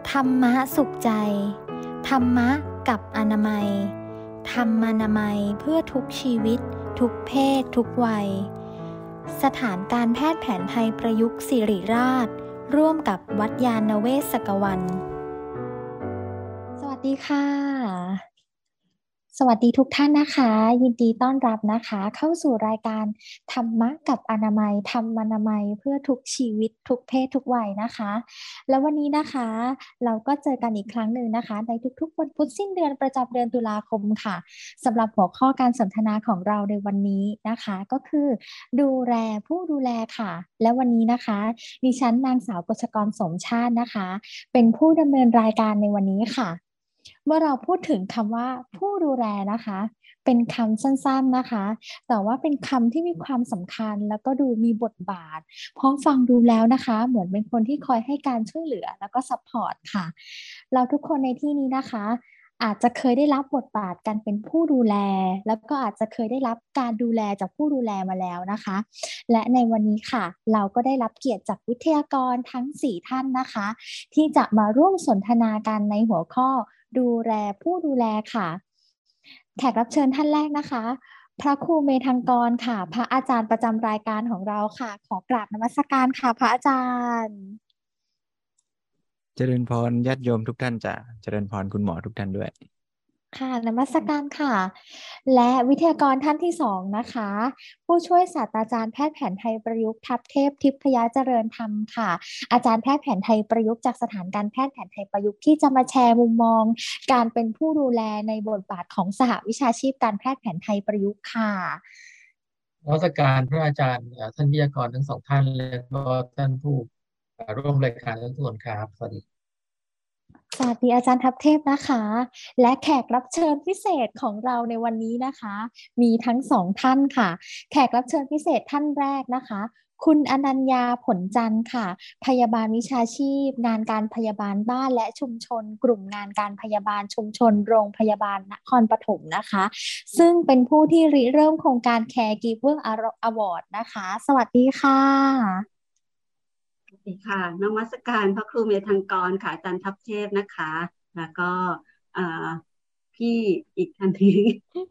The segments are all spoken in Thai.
ธรรมะสุขใจธรรมะกับอนามัยธรรมานามัยเพื่อทุกชีวิตทุกเพศทุกวัยสถานการแพทย์แผนไทยประยุกต์ศิริราชร่วมกับวัดยาณเวศกวันสวัสดีค่ะสวัสดีทุกท่านนะคะยินดีต้อนรับนะคะเข้าสู่รายการธรรมะกับอนามัยธรรมานามัยเพื่อทุกชีวิตทุกเพศทุกวัยนะคะแล้ววันนี้นะคะเราก็เจอกันอีกครั้งหนึ่งนะคะในทุกๆวันพุธสิ้นเดือนประจำเดือนตุลาคมค่ะสำหรับหัวข้อการสนทนาของเราในวันนี้นะคะก็คือดูแลผู้ดูแลค่ะและวันนี้นะคะดิฉันนางสาวกฤษกรสมชาตินะคะเป็นผู้ดำเนินรายการในวันนี้ค่ะเมื่อเราพูดถึงคำว่าผู้ดูแลนะคะเป็นคำสั้นๆนะคะแต่ว่าเป็นคำที่มีความสำคัญแล้วก็ดูมีบทบาทเพราะฟังดูแล้วนะคะเหมือนเป็นคนที่คอยให้การช่วยเหลือแล้วก็ซัพพอร์ตค่ะเราทุกคนในที่นี้นะคะอาจจะเคยได้รับบทบาทการเป็นผู้ดูแลแล้วก็อาจจะเคยได้รับการดูแลจากผู้ดูแลมาแล้วนะคะและในวันนี้ค่ะเราก็ได้รับเกียรติจากวิทยากรทั้ง4ท่านนะคะที่จะมาร่วมสนทนากันในหัวข้อดูแลผู้ดูแลค่ะแขกรับเชิญท่านแรกนะคะพระครูเมธังกรค่ะพระอาจารย์ประจำรายการของเราค่ะขอกราบนมัสการค่ะพระอาจารย์เจริญพรญาติโยมทุกท่านจ้ะเจริญพรคุณหมอทุกท่านด้วยค่ะนมัสการค่ะและวิทยากรท่านที่สองนะคะผู้ช่วยศาสตราจารย์แพทย์แผนไทยประยุกต์ทัพเทพทิพยเจริญธรรมค่ะอาจารย์แพทย์แผนไทยประยุกต์จากสถานการแพทย์แผนไทยประยุกต์ที่จะมาแชร์มุมมองการเป็นผู้ดูแลในบทบาทของสหวิชาชีพการแพทย์แผนไทยประยุกต์ค่ะนมัสการพระอาจารย์ท่านวิทยากรทั้งสองท่านและก็ท่านผู้ร่วมรายการทุกคนครับสวัสดีสวัสดีอาจารย์ทัพเทพนะคะและแขกรับเชิญพิเศษของเราในวันนี้นะคะมีทั้งสองท่านค่ะแขกรับเชิญพิเศษท่านแรกนะคะคุณอนัญญาผลจันทร์ค่ะพยาบาลวิชาชีพงานการพยาบาลบ้านและชุมชนกลุ่มงานการพยาบาลชุมชนโรงพยาบาลนครปฐมนะคะซึ่งเป็นผู้ที่ริเริ่มโครงการ Caregiver Award นะคะสวัสดีค่ะสวัสดีค่ะนมัสการพระครูเมธังกรค่ะอาจารย์ทัพเทพนะคะแล้วก็เอ่อพี่อีกท่านนึง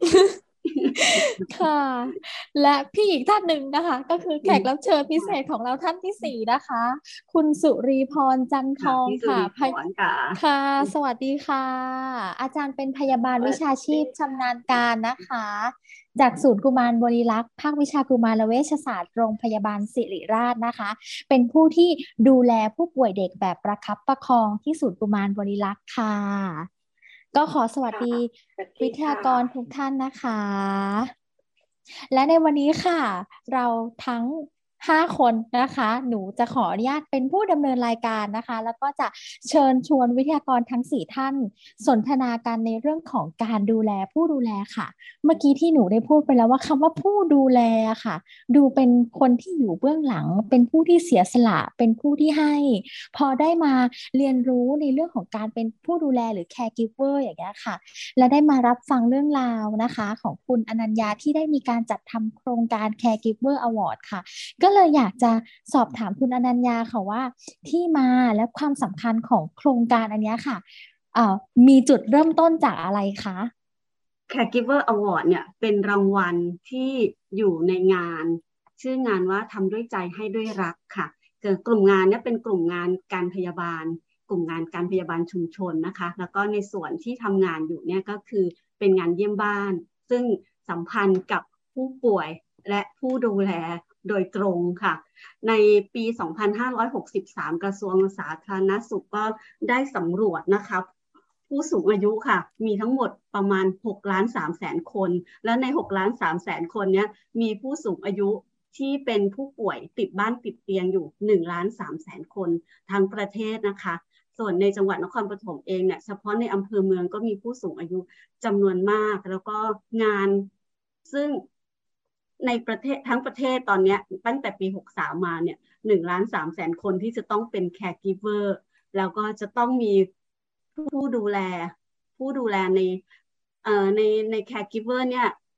ค่ะและพี่อีกท่านหนึ่งนะคะก็คือแขกรับเชิญพิเศษของเราท่านที่สี่นะคะคุณสุรีพรจันทองพี่สุค่ะริพรค่ะค่ะสวัสดีค่ะอาจารย์เป็นพยาบาลวิชาชีพชำนาญการนะคะจากศูนย์กุมารบริรักษ์ภาควิชากุมารเวชศาสตร์โรงพยาบาลศิริราชนะคะเป็นผู้ที่ดูแลผู้ป่วยเด็กแบบประคับประคองที่ศูนย์กุมารบริรักษ์ค่ะก็ขอสวัสดีวิทยากรทุกท่านนะคะและในวันนี้ค่ะเราทั้ง5 คนนะคะหนูจะขออนุญาตเป็นผู้ดำเนินรายการนะคะแล้วก็จะเชิญชวนวิทยากรทั้ง4ท่านสนทนากันในเรื่องของการดูแลผู้ดูแลค่ะเมื่อกี้ที่หนูได้พูดไปแล้วว่าคำว่าผู้ดูแลค่ะดูเป็นคนที่อยู่เบื้องหลังเป็นผู้ที่เสียสละเป็นผู้ที่ให้พอได้มาเรียนรู้ในเรื่องของการเป็นผู้ดูแลหรือ caregiver อย่างเงี้ยค่ะ และได้มารับฟังเรื่องราวนะคะของคุณอนัญญาที่ได้มีการจัดทำโครงการ Caregiver Award ค่ะก็เลยอยากจะสอบถามคุณอนัญญาค่ะว่าที่มาและความสำคัญของโครงการอันนี้ค่ะมีจุดเริ่มต้นจากอะไรคะ Caregiver Award เนี่ยเป็นรางวัลที่อยู่ในงานชื่องานว่าทำด้วยใจให้ด้วยรักค่ะกลุ่มงานเนี่ยเป็นกลุ่มงานการพยาบาลกลุ่มงานการพยาบาลชุมชนนะคะแล้วก็ในส่วนที่ทำงานอยู่เนี่ยก็คือเป็นงานเยี่ยมบ้านซึ่งสัมพันธ์กับผู้ป่วยและผู้ดูแลโดยตรงค่ะในปี 2563 กระทรวงสาธารณสุขก็ได้สำรวจนะคะผู้สูงอายุค่ะมีทั้งหมดประมาณ6,300,000 คนและใน6,300,000 คนนี้มีผู้สูงอายุที่เป็นผู้ป่วยติดบ้านติดเตียงอยู่1,300,000 คนทั้งประเทศนะคะส่วนในจังหวัดนครปฐมเองเนี่ยเฉพาะในอำเภอเมืองก็มีผู้สูงอายุจำนวนมากแล้วก็งานซึ่งในประเทศทั้งประเทศตอนนี้ตั้งแต่ปี63มาเนี่ย1,300,000 คนที่จะต้องเป็น caregiver แล้วก็จะต้องมีผู้ดูแลในใน caregiver เนี่ย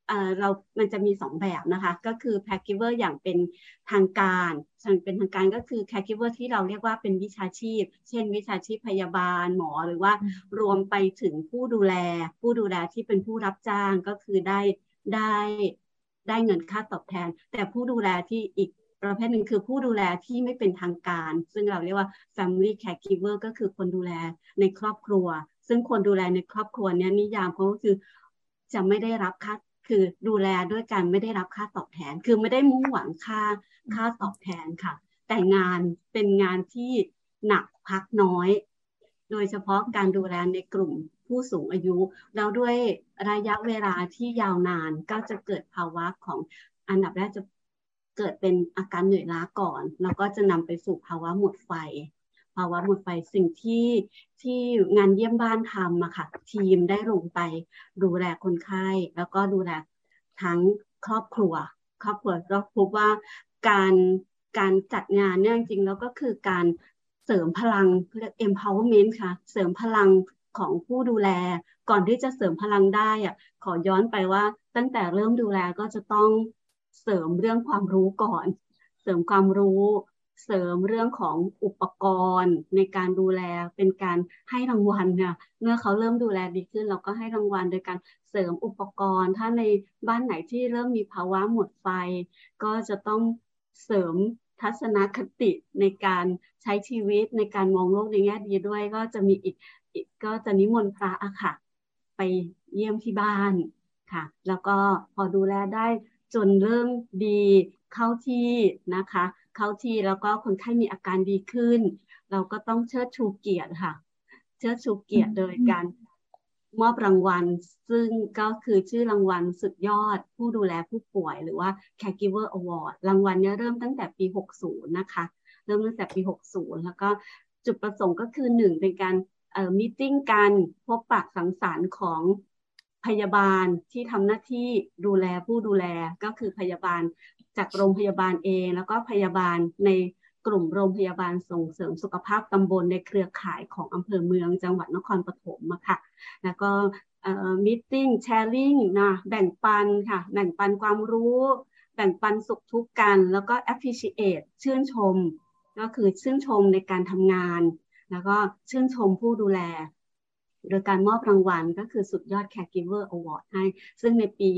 มันจะมี2แบบนะคะก็คือ caregiver อย่างเป็นทางการเป็นทางการก็คือ caregiver ที่เราเรียกว่าเป็นวิชาชีพเช่นวิชาชีพพยาบาลหมอหรือว่ารวมไปถึงผู้ดูแลที่เป็นผู้รับจ้างก็คือได้เงินค่าตอบแทนแต่ผู้ดูแลที่อีกประเภทหนึ่งคือผู้ดูแลที่ไม่เป็นทางการซึ่งเราเรียกว่า family caregiver ก็คือคนดูแลในครอบครัวซึ่งคนดูแลในครอบครัวเนี่ยนิยามเขาก็คือจะไม่ได้รับค่าคือดูแลด้วยกันไม่ได้รับค่าตอบแทนคือไม่ได้มุ่งหวังค่าตอบแทนค่ะแต่งานเป็นงานที่หนักพักน้อยโดยเฉพาะการดูแลในกลุ่มผู้สูงอายุแล้วด้วยระยะเวลาที่ยาวนานก็จะเกิดภาวะของอันดับแรกจะเกิดเป็นอาการเหนื่อยล้าก่อนแล้วก็จะนำไปสู่ภาวะหมดไฟสิ่งที่งานเยี่ยมบ้านทำอะค่ะทีมได้ลงไปดูแลคนไข้แล้วก็ดูแลทั้งครอบครัวก็พบว่าการจัดงานเนี่ยจริงๆแล้วก็คือการเสริมพลังเรียก empowerment ค่ะเสริมพลังของผู้ดูแลก่อนที่จะเสริมพลังได้อะขอย้อนไปว่าตั้งแต่เริ่มดูแลก็จะต้องเสริมเรื่องความรู้ก่อนเสริมความรู้เสริมเรื่องของอุปกรณ์ในการดูแลเป็นการให้รางวัลเนี่ยเมื่อเขาเริ่มดูแลดีขึ้นเราก็ให้รางวัลโดยการเสริมอุปกรณ์ถ้าในบ้านไหนที่เริ่มมีภาวะหมดไฟก็จะต้องเสริมทัศนคติในการใช้ชีวิตในการมองโลกในแง่ดีด้วยก็จะมีอีกก็จะนิมนต์พระอะค่ะไปเยี่ยมที่บ้านค่ะแล้วก็พอดูแลได้จนเริ่มดีเข้าที่นะคะเข้าที่แล้วก็คนไข้มีอาการดีขึ้นเราก็ต้องเชิดชูเกียรติค่ะเชิดชูเกียรติโดยการมอบรางวัลซึ่งก็คือชื่อรางวัลสุดยอดผู้ดูแลผู้ป่วยหรือว่า Caregiver Award รางวัลนี้เริ่มตั้งแต่ปี60นะคะเริ่มตั้งแต่ปี60แล้วก็จุดประสงค์ก็คือ1เป็นการมีตติ้งกันพบปะสังสรรค์ของพยาบาลที่ทำหน้าที่ดูแลผู้ดูแลก็คือพยาบาลจากโรงพยาบาลเองแล้วก็พยาบาลในกลุ่มโรงพยาบาลส่งเสริมสุขภาพตำบลในเครือข่ายของอำเภอเมืองจังหวัดนครปฐมค่ะแล้วก็มีตติ้งแชร์ลิงนะแบ่งปันค่ะแบ่งปันความรู้แบ่งปันสุขทุกข์กันแล้วก็ appreciate ชื่นชมก็คือชื่นชมในการทำงานแล้วก็ชื่นชมผู้ดูแลโดยการมอบรางวัลก็คือสุดยอด Caregiver Award ให้ซึ่งในปี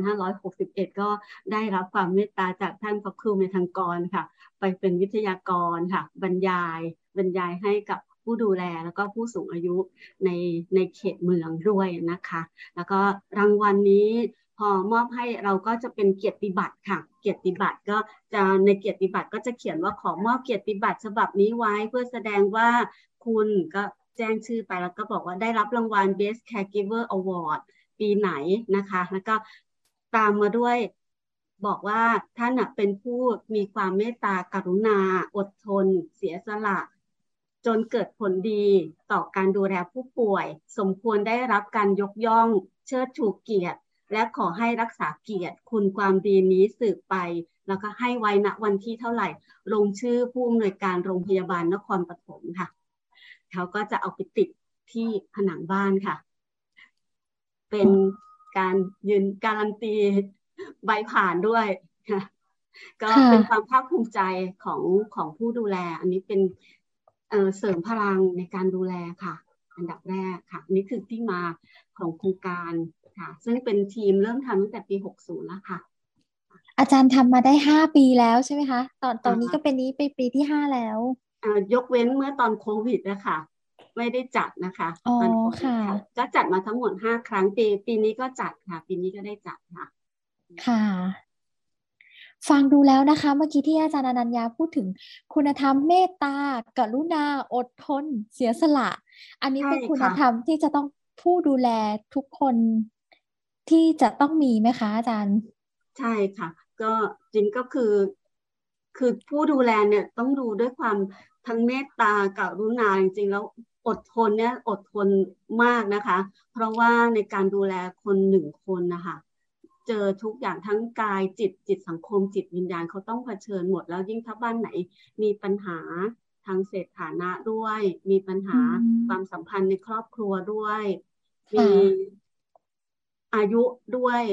2561 ก็ได้รับความเมตตาจากท่านพระครูเมธังกรค่ะไปเป็นวิทยากรค่ะบรรยายให้กับผู้ดูแลแล้วก็ผู้สูงอายุในเขตเมืองด้วยนะคะแล้วก็รางวัลนี้พอมอบให้เราก็จะเป็นเกียรติบัตรค่ะเกียรติบัตรก็จะในเกียรติบัตรก็จะเขียนว่าขอมอบเกียรติบัตรฉบับนี้ไว้เพื่อแสดงว่าคุณก็แจ้งชื่อไปแล้วก็บอกว่าได้รับรางวัล Best Caregiver Award ปีไหนนะคะแล้วก็ตามมาด้วยบอกว่าท่านเป็นผู้มีความเมตตากรุณาอดทนเสียสละจนเกิดผลดีต่อการดูแลผู้ป่วยสมควรได้รับการยกย่องเชิดชูเกียรติและขอให้รักษาเกียรติคุณความดีนี้สืบไปแล้วก็ให้ไว้ณวันที่เท่าไหร่ลงชื่อผู้อำนวยการโรงพยาบาลนครปฐมค่ะเขาก็จะเอาไปติดที่ผนังบ้านค่ะเป็นการยืนการันตีใบผ่านด้วยค่ะก็เป็นความภาคภูมิใจของผู้ดูแลอันนี้เป็นเสริมพลังในการดูแลค่ะอันดับแรกค่ะนี่คือที่มาของโครงการค่ะซึ่งเป็นทีมเริ่มทำตั้งแต่ปี60แล้วค่ะอาจารย์ทำมาได้5 ปีแล้วใช่ไหมคะตอนนี้ก็เป็นปีที่5แล้วยกเว้นเมื่อตอนโควิดนะคะไม่ได้จัดนะคะตอนโควิดค่ะก็จัดมาทั้งหมด5 ครั้งปีนี้ก็จัดค่ะปีนี้ก็ได้จัดค่ะค่ะฟังดูแล้วนะคะเมื่อกี้ที่อาจารย์อนัญญาพูดถึงคุณธรรมเมตตากรุณาอดทนเสียสละอันนี้เป็นคุณธรรมที่จะต้องผู้ดูแลทุกคนที่จะต้องมีไหมคะอาจารย์ใช่ค่ะก็จริงก็คือผู้ดูแลเนี่ยต้องดูด้วยความทั้งเมตตากรุณาจริงๆแล้วอดทนเนี่ยอดทนมากนะคะเพราะว่าในการดูแลคน1 คนนะคะเจอทุกอย่างทั้งกายจิตสังคมจิตวิญญาณเขาต้องเผชิญหมดแล้วยิ่งถ้าบ้านไหนมีปัญหาทางเศรษฐานะด้วยมีปัญหาความสัมพันธ์ในครอบครัวด้วยมีอายุด้วย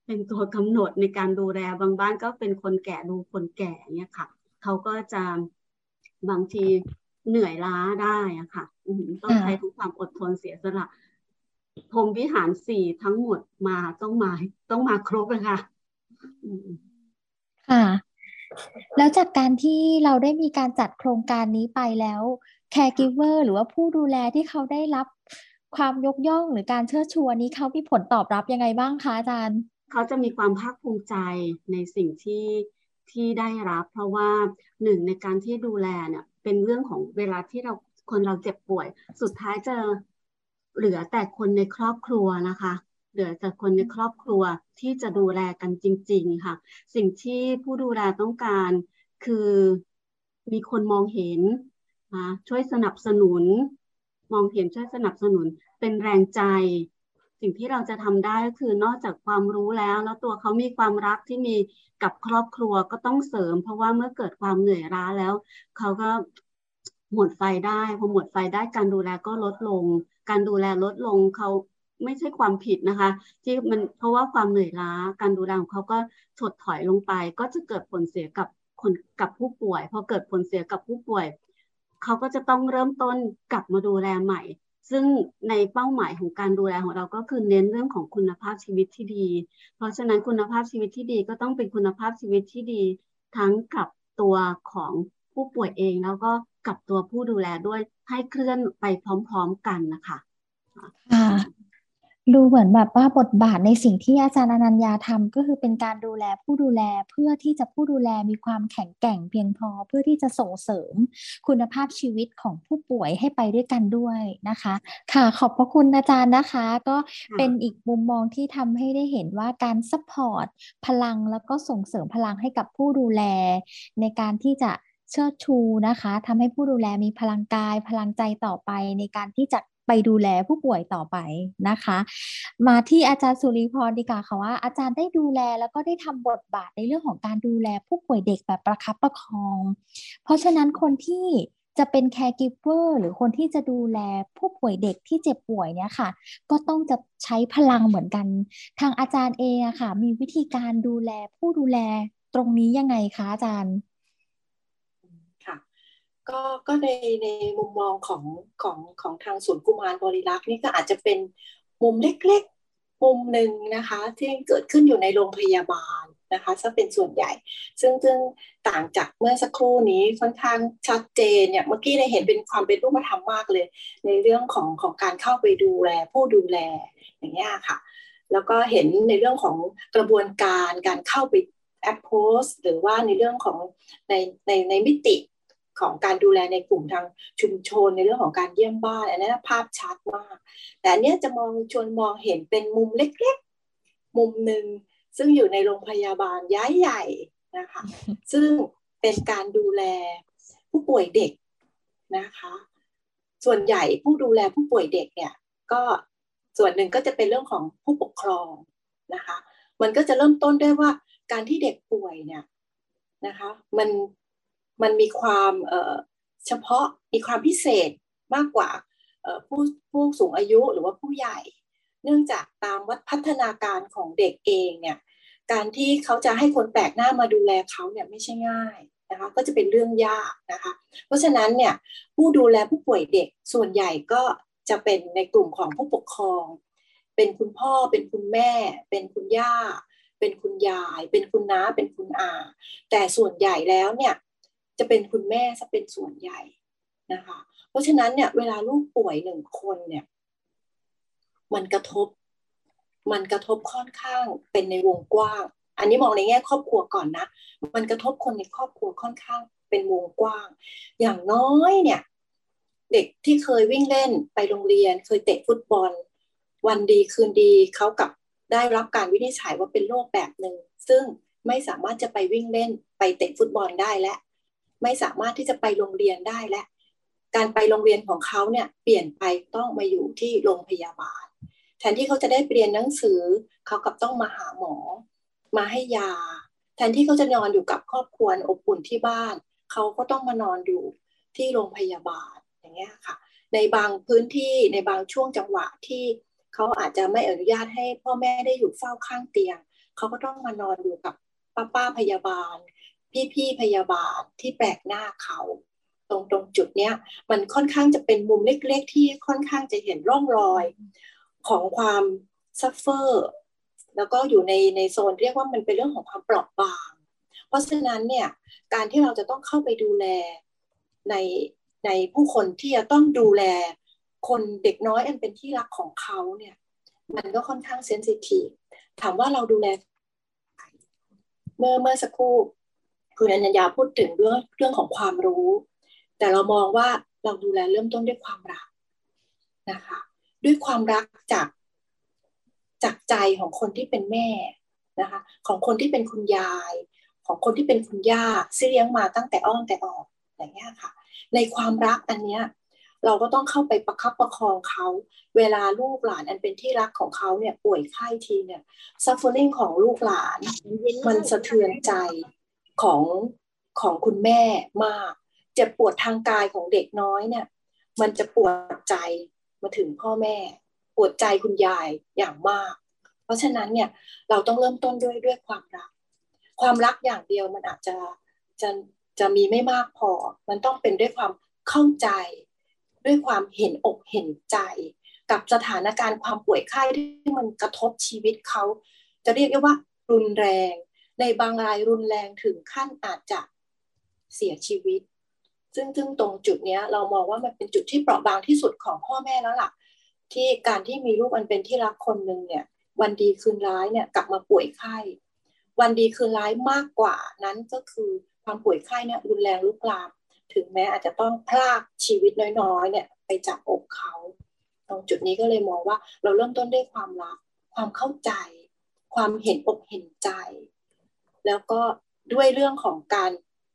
เป็นตัวกำหนดในการดูแลบางบ้านก็เป็นคนแก่ดูคนแก่เนี่ยค่ะเขาก็จะบางทีเหนื่อยล้าได้อะค่ะต้องใช้ทั้งความอดทนเสียสละพรหมวิหาร4ทั้งหมดต้องมาครบเลยค่ะค่ะแล้วจากการที่เราได้มีการจัดโครงการนี้ไปแล้ว caregiver หรือว่าผู้ดูแลที่เขาได้รับความยกย่องหรือการเชิดชูนี้เขามีผลตอบรับยังไงบ้างคะอาจารย์เขาจะมีความภาคภูมิใจในสิ่งที่ได้รับเพราะว่าหนึ่งในการที่ดูแลเนี่ยเป็นเรื่องของเวลาที่คนเราเจ็บป่วยสุดท้ายจะเหลือแต่คนในครอบครัวนะคะเหลือแต่คนในครอบครัวที่จะดูแลกันจริงๆค่ะสิ่งที่ผู้ดูแลต้องการคือมีคนมองเห็นช่วยสนับสนุนมองเห็นช่วยสนับสนุนเป็นแรงใจสิ่งที่เราจะทำได้ก็คือนอกจากความรู้แล้วตัวเขามีความรักที่มีกับครอบครัวก็ต้องเสริมเพราะว่าเมื่อเกิดความเหนื่อยล้าแล้วเขาก็หมดไฟได้พอหมดไฟได้การดูแลก็ลดลงการดูแลลดลงเขาไม่ใช่ความผิดนะคะที่มันเพราะว่าความเหนื่อยล้าการดูแลของเขาก็ถดถอยลงไปก็จะเกิดผลเสียกับผู้ป่วยพอเกิดผลเสียกับผู้ป่วยเขาก็จะต้องเริ่มต้นกลับมาดูแลใหม่ซึ่งในเป้าหมายของการดูแลของเราก็คือเน้นเรื่องของคุณภาพชีวิตที่ดีเพราะฉะนั้นคุณภาพชีวิตที่ดีก็ต้องเป็นคุณภาพชีวิตที่ดีทั้งกับตัวของผู้ป่วยเองแล้วก็กับตัวผู้ดูแลด้วยให้เคลื่อนไปพร้อมๆกันนะคะดูเหมือนแบบว่าบทบาทในสิ่งที่อาจารย์อนัญญาทำก็คือเป็นการดูแลผู้ดูแลเพื่อที่จะผู้ดูแลมีความแข็งแกร่งเพียงพอเพื่อที่จะส่งเสริมคุณภาพชีวิตของผู้ป่วยให้ไปด้วยกันด้วยนะคะค่ะขอบพระคุณอาจารย์นะคะก็เป็นอีกมุมมองที่ทำให้ได้เห็นว่าการซัพพอร์ตพลังแล้วก็ส่งเสริมพลังให้กับผู้ดูแลในการที่จะเชิดชูนะคะทำให้ผู้ดูแลมีพลังกายพลังใจต่อไปในการที่จะไปดูแลผู้ป่วยต่อไปนะคะมาที่อาจารย์สุริพรดีกว่าค่ะว่าอาจารย์ได้ดูแลแล้วก็ได้ทำบทบาทในเรื่องของการดูแลผู้ป่วยเด็กแบบประคับประคองเพราะฉะนั้นคนที่จะเป็น caregiver หรือคนที่จะดูแลผู้ป่วยเด็กที่เจ็บป่วยเนี่ยค่ะก็ต้องจะใช้พลังเหมือนกันทางอาจารย์เองอะค่ะมีวิธีการดูแลผู้ดูแลตรงนี้ยังไงคะอาจารย์ก็ในมุมมองของทางศูนย์กุมารบริรักษ์นี่ก็อาจจะเป็นมุมเล็กๆมุมหนึ่งนะคะที่เกิดขึ้นอยู่ในโรงพยาบาลนะคะซะเป็นส่วนใหญ่ซึ่งต่างจากเมื่อสักครู่นี้ค่อนข้างชัดเจนเนี่ยเมื่อกี้ได้เห็นเป็นความเป็นรูปธรรมมากเลยในเรื่องของการเข้าไปดูแลผู้ดูแลอย่างเงี้ยค่ะแล้วก็เห็นในเรื่องของกระบวนการเข้าไปapproach หรือว่าในเรื่องของในมิติของการดูแลในกลุ่มทางชุมชนในเรื่องของการเยี่ยมบ้านอันนี้ภาพชัดมากแต่อันนี้จะชวนมองเห็นเป็นมุมเล็กๆมุมหนึ่งซึ่งอยู่ในโรงพยาบาลย้ายใหญ่นะคะซึ่งเป็นการดูแลผู้ป่วยเด็กนะคะส่วนใหญ่ผู้ดูแลผู้ป่วยเด็กเนี่ยก็ส่วนหนึ่งก็จะเป็นเรื่องของผู้ปกครองนะคะมันก็จะเริ่มต้นด้วยว่าการที่เด็กป่วยเนี่ยนะคะมันมีความเฉพาะมีความพิเศษมากกว่าผู้สูงอายุหรือว่าผู้ใหญ่เนื่องจากตามวัดพัฒนาการของเด็กเองเนี่ยการที่เขาจะให้คนแปลกหน้ามาดูแลเขาเนี่ยไม่ใช่ง่ายนะคะก็จะเป็นเรื่องยากนะคะเพราะฉะนั้นเนี่ยผู้ดูแลผู้ป่วยเด็กส่วนใหญ่ก็จะเป็นในกลุ่มของผู้ปกครองเป็นคุณพ่อเป็นคุณแม่เป็นคุณย่าเป็นคุณยายเป็นคุณน้าเป็นคุณอาแต่ส่วนใหญ่แล้วเนี่ยจะเป็นคุณแม่ซะเป็นส่วนใหญ่นะคะเพราะฉะนั้นเนี่ยเวลาลูกป่วย1 คนเนี่ยมันกระทบค่อนข้างเป็นในวงกว้างอันนี้มองในแง่ครอบครัวก่อนนะมันกระทบคนในครอบครัวค่อนข้างเป็นวงกว้างอย่างน้อยเนี่ยเด็กที่เคยวิ่งเล่นไปโรงเรียนเคยเตะฟุตบอลวันดีคืนดีเขากับได้รับการวินิจฉัยว่าเป็นโรคแบบหนึ่งซึ่งไม่สามารถจะไปวิ่งเล่นไปเตะฟุตบอลได้และไม่สามารถที่จะไปโรงเรียนได้และการไปโรงเรียนของเขาเนี่ยเปลี่ยนไปต้องมาอยู่ที่โรงพยาบาลแทนที่เขาจะได้เรียนหนังสือเขากลับต้องมาหาหมอมาให้ยาแทนที่เขาจะนอนอยู่กับครอบครัวอบอุ่นที่บ้านเขาก็ต้องมานอนอยู่ที่โรงพยาบาลอย่างเงี้ยค่ะในบางพื้นที่ในบางช่วงจังหวะที่เขาอาจจะไม่อนุญาตให้พ่อแม่ได้อยู่เฝ้าข้างเตียงเขาก็ต้องมานอนอยู่กับป้าพยาบาลพี่พยาบาลที่แปลกหน้าเขาตรงจุดเนี้ยมันค่อนข้างจะเป็นมุมเล็กๆที่ค่อนข้างจะเห็นร่องรอยของความซัฟเฟอร์แล้วก็อยู่ในโซนเรียกว่ามันเป็นเรื่องของความเปราะบางเพราะฉะนั้นเนี่ยการที่เราจะต้องเข้าไปดูแลในผู้คนที่จะต้องดูแลคนเด็กน้อยอันเป็นที่รักของเขาเนี่ยมันก็ค่อนข้างเซนซิทีฟถามว่าเราดูแลเมื่อสักครู่คุณอนัญญาพูดถึงเรื่องของความรู้แต่เรามองว่าเราดูแลเริ่มต้นด้วยความรักนะคะด้วยความรักจากใจของคนที่เป็นแม่นะคะของคนที่เป็นคุณยายของคนที่เป็นคุณย่าที่เลี้ยงมาตั้งแต่อ้อนแต่ออกอย่างเงี้ยค่ะในความรักอันเนี้ยเราก็ต้องเข้าไปประคับประคองเขาเวลาลูกหลานอันเป็นที่รักของเขาเนี่ยป่วยไข้ทีเนี่ย suffering ของลูกหลานมันสะเทือนใจของคุณแม่มากเจ็บปวดทางกายของเด็กน้อยเนี่ยมันจะปวดใจมาถึงพ่อแม่ปวดใจคุณยายอย่างมากเพราะฉะนั้นเนี่ยเราต้องเริ่มต้นด้วยความรักอย่างเดียวมันอาจจะมีไม่มากพอมันต้องเป็นด้วยความเข้าใจด้วยความเห็นอกเห็นใจกับสถานการณ์ความป่วยไข้ที่มันกระทบชีวิตเขาจะเรียกได้ว่ารุนแรงในบางรายรุนแรงถึงขั้นอาจจะเสียชีวิตซึ่งตรงจุดนี้เรามองว่ามันเป็นจุดที่เปราะบางที่สุดของพ่อแม่แล้วล่ะที่การที่มีลูกอันเป็นที่รักคนหนึ่งเนี่ยวันดีคืนร้ายเนี่ยกลับมาป่วยไข้วันดีคืนร้ายมากกว่านั้นก็คือความป่วยไข้เนี่ยรุนแรงลุกลามถึงแม้อาจจะต้องพรากชีวิตน้อยๆเนี่ยไปจากอกเขาตรงจุดนี้ก็เลยมองว่าเราเริ่มต้นด้วยความรักความเข้าใจความเห็นอกเห็นใจแล้วก็ด้วยเรื่องของการ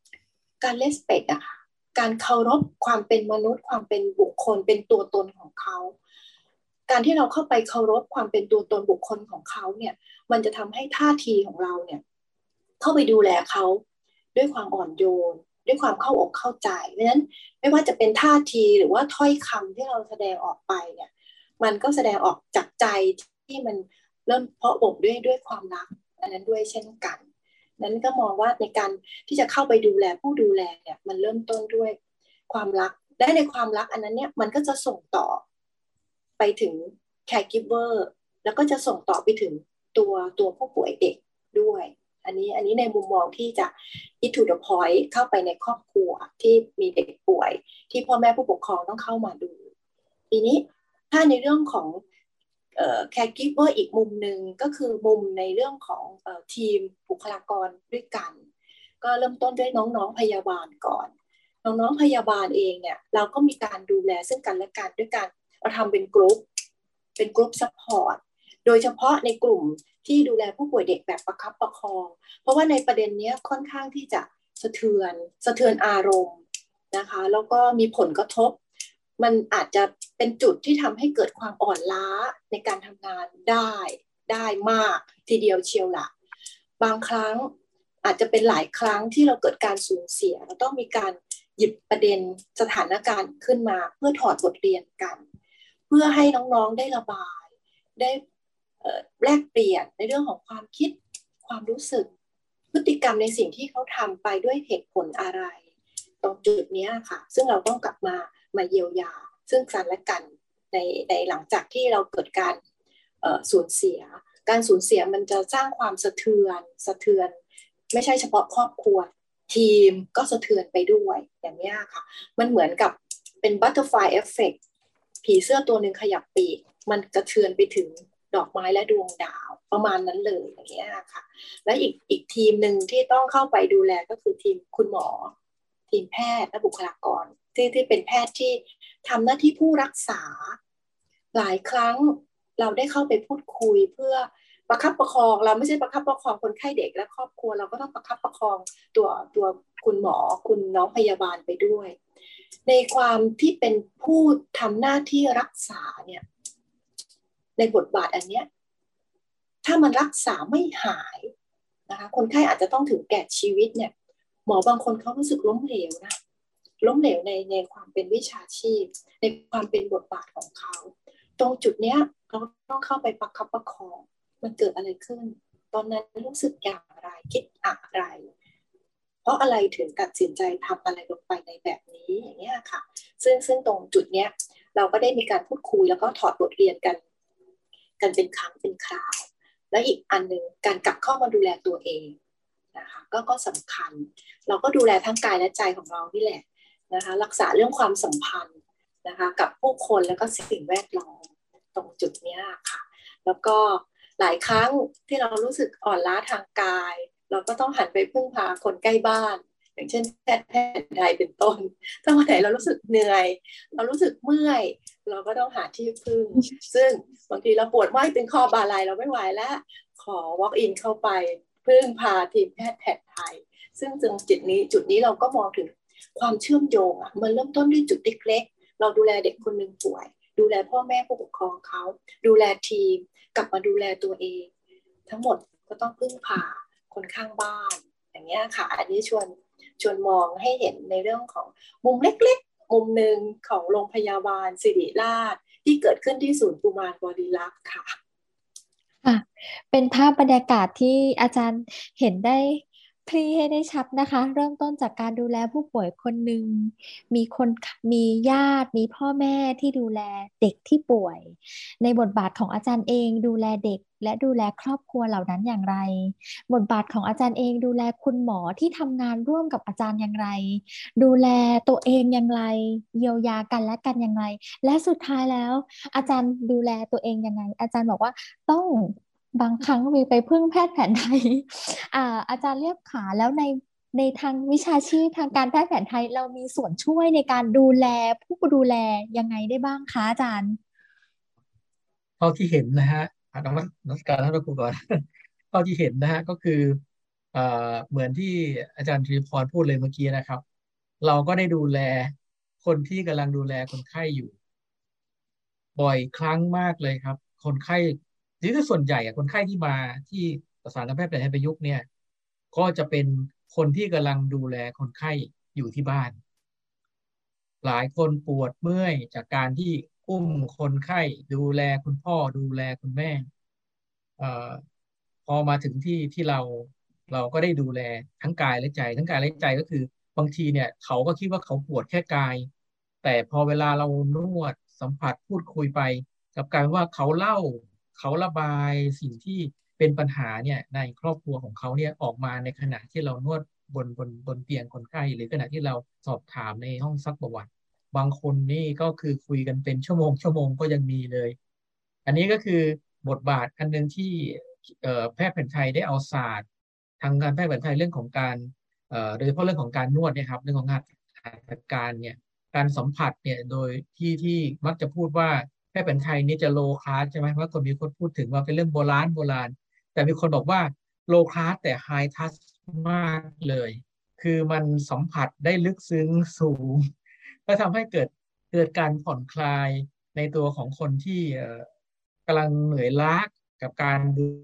respect อะค่ะการเคารพความเป็นมนุษย์ความเป็นบุคคลเป็นตัวตนของเขาการที่เราเข้าไปเคารพความเป็นตัวตนบุคคลของเขาเนี่ยมันจะทำให้ท่าทีของเราเนี่ยเข้าไปดูแลเขาด้วยความอ่อนโยนด้วยความเข้าอกเข้าใจเพราะฉะนั้นไม่ว่าจะเป็นท่าทีหรือว่าถ้อยคำที่เราแสดงออกไปเนี่ยมันก็แสดงออกจากใจที่มันเริ่มเพาะบ่มด้วยความรักอันนั้นด้วยเช่นกันนั้นก็มองว่าในการที่จะเข้าไปดูแลผู้ดูแลเนี่ยมันเริ่มต้นด้วยความรักได้ในความรักอันนั้นเนี่ยมันก็จะส่งต่อไปถึง caregiver แล้วก็จะส่งต่อไปถึงตัวผู้ป่วยเด็กด้วยอันนี้ในมุมมองที่จะ hit to the point เข้าไปในครอบครัวที่มีเด็กป่วยที่พ่อแม่ผู้ปกครองต้องเข้ามาดูทีนี้ถ้าในเรื่องของcaregiver อีกมุมหนึ่งก็คือมุมในเรื่องของทีมบุคลากรด้วยกันก็เริ่มต้นด้วยน้องๆพยาบาลก่อนน้องๆพยาบาลเองเนี่ยเราก็มีการดูแลซึ่งกันและกันด้วยการเราทำเป็นกรุ๊ปซัพพอร์ตโดยเฉพาะในกลุ่มที่ดูแลผู้ป่วยเด็กแบบประคับประคองเพราะว่าในประเด็นนี้ค่อนข้างที่จะสะเทือนอารมณ์นะคะแล้วก็มีผลกระทบมันอาจจะเป็นจุดที่ทำให้เกิดความอ่อนล้าในการทำงานได้มากทีเดียวเชียวละบางครั้งอาจจะเป็นหลายครั้งที่เราเกิดการสูญเสียเราต้องมีการหยิบประเด็นสถานการณ์ขึ้นมาเพื่อถอดบทเรียนกันเพื่อให้น้องๆได้ระบายได้แลกเปลี่ยนในเรื่องของความคิดความรู้สึกพฤติกรรมในสิ่งที่เขาทำไปด้วยเหตุผลอะไรตรงจุดนี้ค่ะซึ่งเราต้องกลับมาเยียวยาซึ่งกันและกันในหลังจากที่เราเกิดการสูญเสียการสูญเสียมันจะสร้างความสะเทือนไม่ใช่เฉพาะครอบครัวทีมก็สะเทือนไปด้วยอย่างนี้ค่ะมันเหมือนกับเป็น butterfly effect ผีเสื้อตัวหนึ่งขยับปีกมันกระเทือนไปถึงดอกไม้และดวงดาวประมาณนั้นเลยอย่างนี้ค่ะและอีกทีมหนึ่งที่ต้องเข้าไปดูแลก็คือทีมคุณหมอทีมแพทย์และบุคลากรที่เป็นแพทย์ที่ทำหน้าที่ผู้รักษาหลายครั้งเราได้เข้าไปพูดคุยเพื่อประคับประคองเราไม่ใช่ประคับประคองคนไข้เด็กและครอบครัวเราก็ต้องประคับประคองตัวคุณหมอคุณน้องพยาบาลไปด้วยในความที่เป็นผู้ทำหน้าที่รักษาเนี่ยในบทบาทอันเนี้ยถ้ามันรักษาไม่หายนะคะคนไข้อาจจะต้องถึงแก่ชีวิตเนี่ยหมอบางคนเขารู้สึกล้มเหลวนะล้มเหลวในความเป็นวิชาชีพในความเป็นบทบาทของเขาตรงจุดเนี้ยเราต้องเข้าไปประคับประคองมันเกิดอะไรขึ้นตอนนั้นรู้สึกอย่างไรคิดอะไรเพราะอะไรถึงตัดสินใจทำอะไรลงไปในแบบนี้อย่างเงี้ยค่ะซึ่งตรงจุดเนี้ยเราก็ได้มีการพูดคุยแล้วก็ถอดบทเรียนกันเป็นครั้งเป็นคราวและอีกอันหนึ่งการกลับเข้ามาดูแลตัวเองนะคะก็สำคัญเราก็ดูแลทั้งกายและใจของเรานี่แหละนะคะรักษาเรื่องความสัมพันธ์นะคะกับผู้คนแล้วก็สิ่งแวดล้อมตรงจุดนี้ค่ะแล้วก็หลายครั้งที่เรารู้สึกอ่อนล้าทางกายเราก็ต้องหันไปพึ่งพาคนใกล้บ้านอย่างเช่นแพทย์ไทยเป็นต้นถ้าวันไหนเรารู้สึกเหนื่อยเรารู้สึกเมื่อยเราก็ต้องหาที่พึ่งซึ่งบางทีเราปวดเมื่อยเป็นข้อบ่าไหล่เราไม่ไหวแล้วขอ walk in เข้าไปพึ่งพาทีมแพทย์แผนไทยซึ่งจุดนี้เราก็มองถึงความเชื่อมโยงมันเริ่มต้นด้วยจุดเล็กๆเราดูแลเด็กคนหนึ่งป่วยดูแลพ่อแม่ผู้ปกครองเขาดูแลทีมกลับมาดูแลตัวเองทั้งหมดก็ต้องพึ่งพาคนข้างบ้านอย่างเงี้ยค่ะอันนี้ชวนมองให้เห็นในเรื่องของมุมเล็กๆมุมหนึ่งของโรงพยาบาลศิริราชที่เกิดขึ้นที่ศูนย์กุมารบริรักษ์ค่ะเป็นภาพบรรยากาศที่อาจารย์เห็นได้คลี่ให้ได้ชัดนะคะ เริ่มต้นจากการดูแลผู้ป่วยคนหนึ่งมีญาติมีพ่อแม่ที่ดูแลเด็กที่ป่วย ในบทบาทของอาจารย์เองดูแลเด็กและดูแลครอบครัวเหล่านั้นอย่างไรบทบาทของอาจารย์เองดูแลคุณหมอที่ทำงานร่วมกับอาจารย์อย่างไรดูแลตัวเองอย่างไรเยียวยากันและกันอย่างไรและสุดท้ายแล้วอาจารย์ดูแลตัวเองยังไงอาจารย์บอกว่าต้องบางครั้งมีไปพึ่งแพทย์แผนไทยอาจารย์เรียบขาแล้วในทางวิชาชีพทางการแพทย์แผนไทยเรามีส่วนช่วยในการดูแลผู้ดูแลยังไงได้บ้างคะอาจารย์เท่าที่เห็นนะฮะนักการท่านครูก่อนเท่าที่เห็นนะฮะก็คือเหมือนที่อาจารย์ธรีพรพูดเลยเมื่อกี้นะครับเราก็ได้ดูแลคนที่กำลังดูแลคนไข้อยู่บ่อยครั้งมากเลยครับคนไข้ที่ส่วนใหญ่คนไข้ที่มาที่สถานแพทย์แผนไทยประยุกต์เนี่ยก็จะเป็นคนที่กำลังดูแลคนไข้อยู่ที่บ้านหลายคนปวดเมื่อยจากการที่อุ้มคนไข้ดูแลคุณพ่อดูแลคุณแม่พอมาถึงที่เราก็ได้ดูแลทั้งกายและใจทั้งกายและใจก็คือบางทีเนี่ยเขาก็คิดว่าเขาปวดแค่กายแต่พอเวลาเรานวดสัมผัสพูดคุยไปกับการว่าเขาเล่าเขาระบายสิ่งที่เป็นปัญหาเนี่ยในครอบครัวของเขาเนี่ยออกมาในขณะที่เรานวดบนเตียงคนไข้หรือขณะที่เราสอบถามในห้องซักประวัติบางคนนี่ก็คือคุยกันเป็นชั่วโมงก็ยังมีเลยอันนี้ก็คือบทบาทอันหนึ่งที่แพทย์แผนไทยได้เอาศาสตร์ทางการแพทย์แผนไทยเรื่องของการโดยเฉพาะเรื่องของการนวดเนี่ยครับเรื่องของหัตถการเนี่ยการสัมผัสเนี่ยโดยที่มักจะพูดว่าแพทย์แผนไทยนี่จะโลคลาสใช่ไหมว่าคนมีคนพูดถึงว่าเป็นเรื่องโบราณแต่มีคนบอกว่าโลคลาสแต่ไฮทัชมากเลยคือมันสัมผัสได้ลึกซึ้งสูงก็ทำให้เกิดการผ่อนคลายในตัวของคนที่กำลังเหนื่อยล้ากับการ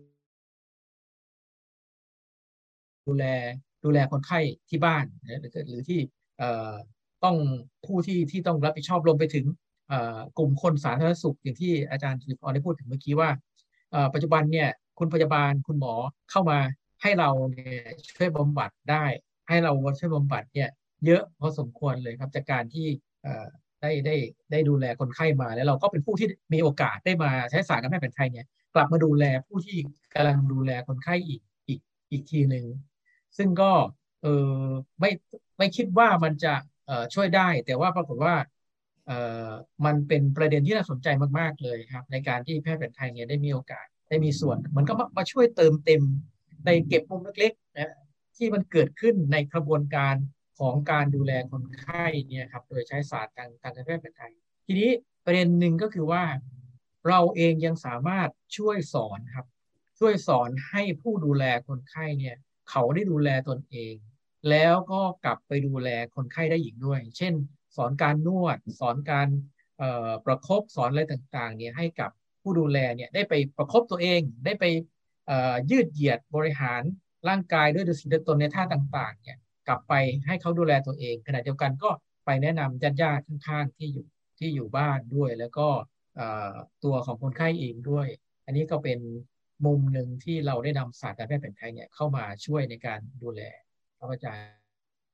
ดูแลคนไข้ที่บ้านหรือที่ต้องผู้ที่ต้องรับผิดชอบลงไปถึงกลุ่มคนสาธารณสุขอย่างที่อาจารย์ธริพรได้พูดถึงเมื่อกี้ว่าปัจจุบันเนี่ยคุณพยาบาลคุณหมอเข้ามาให้เราเนี่ยช่วยบำบัดให้เราช่วยบำบัดเนี่ยเยอะพอสมควรเลยครับจากการที่ได้ดูแลคนไข้มาแล้วเราก็เป็นผู้ที่มีโอกาสได้มาใช้ศาสตร์การแพทย์แผนไทยเนี่ยกลับมาดูแลผู้ที่กำลังดูแลคนไข้อีกทีหนึ่งซึ่งก็ไม่คิดว่ามันจะช่วยได้แต่ว่าปรากฏว่ามันเป็นประเด็นที่น่าสนใจมากๆเลยครับในการที่แพทย์แผนไทยเนี่ยได้มีโอกาสได้มีส่วนมันก็มาช่วยเติมเต็มในเก็บมุมเล็กๆนะที่มันเกิดขึ้นในกระบวนการของการดูแลคนไข้เนี่ยครับโดยใช้ศาสตร์ทางการแพทย์แผนไทยทีนี้ประเด็นหนึ่งก็คือว่าเราเองยังสามารถช่วยสอนครับช่วยสอนให้ผู้ดูแลคนไข้เนี่ยเขาได้ดูแลตนเองแล้วก็กลับไปดูแลคนไข้ได้อีกด้วยเช่นสอนการนวดสอนการประคบสอนอะไรต่างๆเนี่ยให้กับผู้ดูแลเนี่ยได้ไปประคบตัวเองได้ไปยืดเหยียดบริหารร่างกายด้วยสิ่งตนในท่าต่างๆเนี่ยกลับไปให้เขาดูแลตัวเองขณะเดียวกันก็ไปแนะนำญาติๆข้างๆที่อยู่บ้านด้วยแล้วก็ตัวของคนไข้เองด้วยอันนี้ก็เป็นมุมหนึ่งที่เราได้นำศาสตร์การแพทย์แผนไทยเนี่ยเข้ามาช่วยในการดูแลครับอาจารย์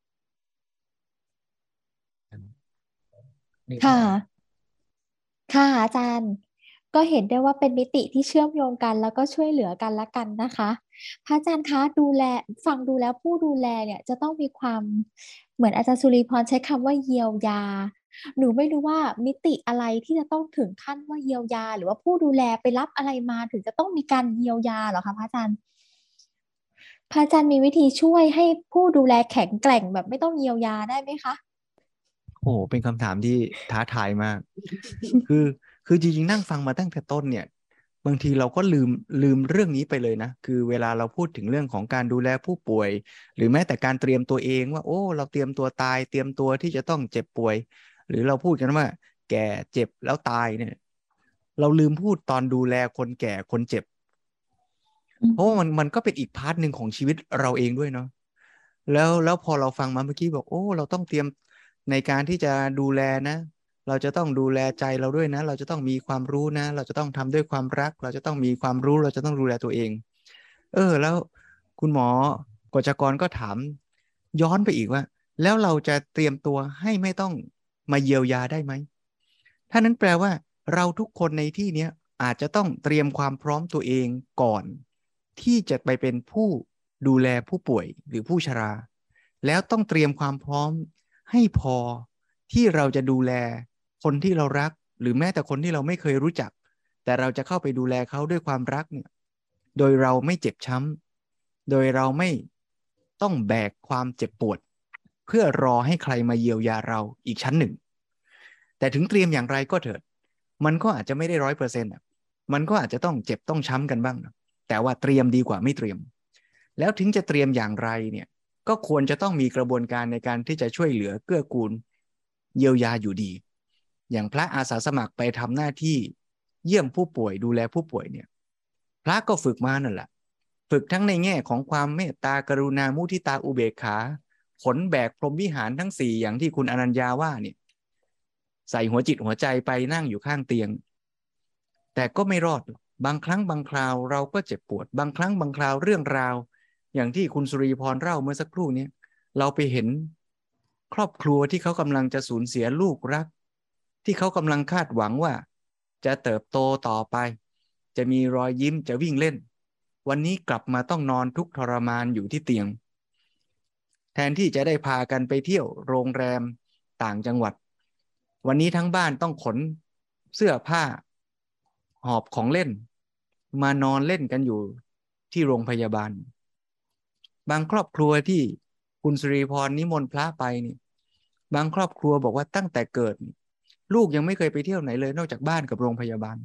นี่ค่ะ ค่ะอาจารย์ก็เห็นได้ว่าเป็นมิติที่เชื่อมโยงกันแล้วก็ช่วยเหลือกันและกันนะคะพระอาจารย์คะดูแลฟังดูแล้วผู้ดูแลเนี่ยจะต้องมีความเหมือนอาจารย์สุริพรใช้คำว่าเยียวยาหนูไม่รู้ว่ามิติอะไรที่จะต้องถึงขั้นว่าเยียวยาหรือว่าผู้ดูแลไปรับอะไรมาถึงจะต้องมีการเยียวยาเหรอคะพระอาจารย์พระอาจารย์มีวิธีช่วยให้ผู้ดูแลแข็งแกร่งแบบไม่ต้องเยียวยาได้ไหมคะโอ้โหเป็นคำถามที่ท้าทายมาก คือคือจริงๆนั่งฟังมาตั้งแต่ต้นเนี่ยบางทีเราก็ลืมเรื่องนี้ไปเลยนะคือเวลาเราพูดถึงเรื่องของการดูแลผู้ป่วย หรือแม้แต่การเตรียมตัวเองว่าโอ้เราเตรียมตัวตายเตรียมตัวที่จะต้องเจ็บป่วย หรือเราพูดกันว่าแก่เจ็บแล้วตายเนี่ยเราลืมพูดตอนดูแลคนแก่คนเจ็บ เพราะว่ามันก็เป็นอีกพาร์ทหนึ่งของชีวิตเราเองด้วยเนาะแล้วพอเราฟังมาเมื่อกี้บอกโอ้เราต้องเตรียมในการที่จะดูแลนะเราจะต้องดูแลใจเราด้วยนะเราจะต้องมีความรู้นะเราจะต้องทำด้วยความรักเราจะต้องมีความรู้เราจะต้องดูแลตัวเองแล้วคุณหมอกฤษกรก็ถามย้อนไปอีกว่าแล้วเราจะเตรียมตัวให้ไม่ต้องมาเยียวยาได้ไหมถ้านั้นแปลว่าเราทุกคนในที่นี้อาจจะต้องเตรียมความพร้อมตัวเองก่อนที่จะไปเป็นผู้ดูแลผู้ป่วยหรือผู้ชราแล้วต้องเตรียมความพร้อมให้พอที่เราจะดูแลคนที่เรารักหรือแม้แต่คนที่เราไม่เคยรู้จักแต่เราจะเข้าไปดูแลเขาด้วยความรักเนี่ยโดยเราไม่เจ็บช้ำโดยเราไม่ต้องแบกความเจ็บปวดเพื่อรอให้ใครมาเยียวยาเราอีกชั้นหนึ่งแต่ถึงเตรียมอย่างไรก็เถิดมันก็อาจจะไม่ได้100%มันก็อาจจะต้องเจ็บต้องช้ำกันบ้างนะแต่ว่าเตรียมดีกว่าไม่เตรียมแล้วถึงจะเตรียมอย่างไรเนี่ยก็ควรจะต้องมีกระบวนการในการที่จะช่วยเหลือเกื้อกูลเยียวยาอยู่ดีอย่างพระอาสาสมัครไปทำหน้าที่เยี่ยมผู้ป่วยดูแลผู้ป่วยเนี่ยพระก็ฝึกมานั่นแหละฝึกทั้งในแง่ของความเมตตากรุณามุทิตาอุเบกขาขนแบกพรหมวิหารทั้ง4อย่างที่คุณอนัญญาว่าเนี่ยใส่หัวจิตหัวใจไปนั่งอยู่ข้างเตียงแต่ก็ไม่รอดบางครั้งบางคราวเราก็เจ็บปวดบางครั้งบางคราวเรื่องราวอย่างที่คุณสุริพรเล่าเมื่อสักครู่นี้เราไปเห็นครอบครัวที่เขากำลังจะสูญเสียลูกรักที่เขากำลังคาดหวังว่าจะเติบโตต่อไปจะมีรอยยิ้มจะวิ่งเล่นวันนี้กลับมาต้องนอนทุกข์ทรมานอยู่ที่เตียงแทนที่จะได้พากันไปเที่ยวโรงแรมต่างจังหวัดวันนี้ทั้งบ้านต้องขนเสื้อผ้าหอบของเล่นมานอนเล่นกันอยู่ที่โรงพยาบาลบางครอบครัวที่คุณสุริพรนิมนต์พระไปนี่บางครอบครัวบอกว่าตั้งแต่เกิดลูกยังไม่เคยไปเที่ยวไหนเลยนอกจากบ้านกับโรงพยาบาล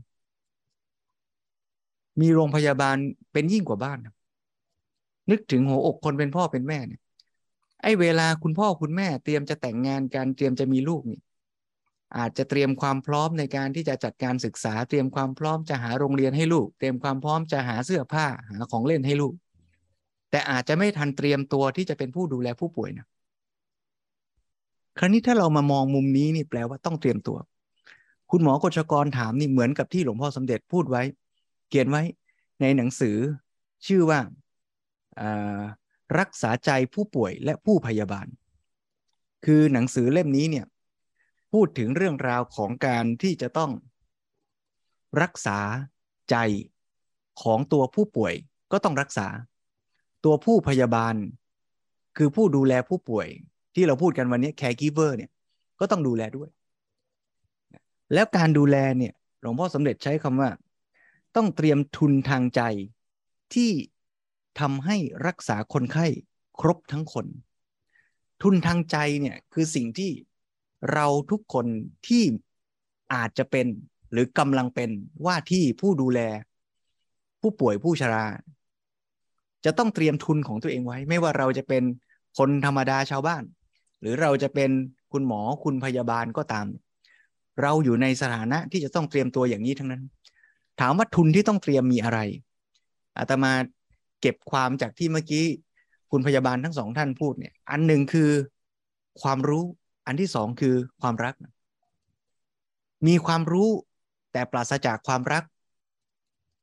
มีโรงพยาบาลเป็นยิ่งกว่าบ้านนึกถึงหัวอกคนเป็นพ่อเป็นแม่เนี่ยไอ้เวลาคุณพ่อคุณแม่เตรียมจะแต่งงานกันเตรียมจะมีลูกนี่อาจจะเตรียมความพร้อมในการที่จะจัดการศึกษาเตรียมความพร้อมจะหาโรงเรียนให้ลูกเตรียมความพร้อมจะหาเสื้อผ้าหาของเล่นให้ลูกแต่อาจจะไม่ทันเตรียมตัวที่จะเป็นผู้ดูแลผู้ป่วยนะคราวนี้ถ้าเรามามองมุมนี้นี่แปลว่าต้องเตรียมตัวคุณหมอกฤษกรถามนี่เหมือนกับที่หลวงพ่อสมเด็จพูดไว้เขียนไว้ในหนังสือชื่อว่ารักษาใจผู้ป่วยและผู้พยาบาลคือหนังสือเล่มนี้เนี่ยพูดถึงเรื่องราวของการที่จะต้องรักษาใจของตัวผู้ป่วยก็ต้องรักษาตัวผู้พยาบาลคือผู้ดูแลผู้ป่วยที่เราพูดกันวันนี้ caregiver เนี่ยก็ต้องดูแลด้วยแล้วการดูแลเนี่ยหลวงพ่อสมเด็จใช้คำว่าต้องเตรียมทุนทางใจที่ทำให้รักษาคนไข้ครบทั้งคนทุนทางใจเนี่ยคือสิ่งที่เราทุกคนที่อาจจะเป็นหรือกำลังเป็นว่าที่ผู้ดูแลผู้ป่วยผู้ชราจะต้องเตรียมทุนของตัวเองไว้ไม่ว่าเราจะเป็นคนธรรมดาชาวบ้านหรือเราจะเป็นคุณหมอคุณพยาบาลก็ตามเราอยู่ในสถานะที่จะต้องเตรียมตัวอย่างนี้ทั้งนั้นถามว่าทุนที่ต้องเตรียมมีอะไรอาตมาเก็บความจากที่เมื่อกี้คุณพยาบาลทั้งสองท่านพูดเนี่ยอันหนึ่งคือความรู้อันที่สองคือความรักมีความรู้แต่ปราศจากความรัก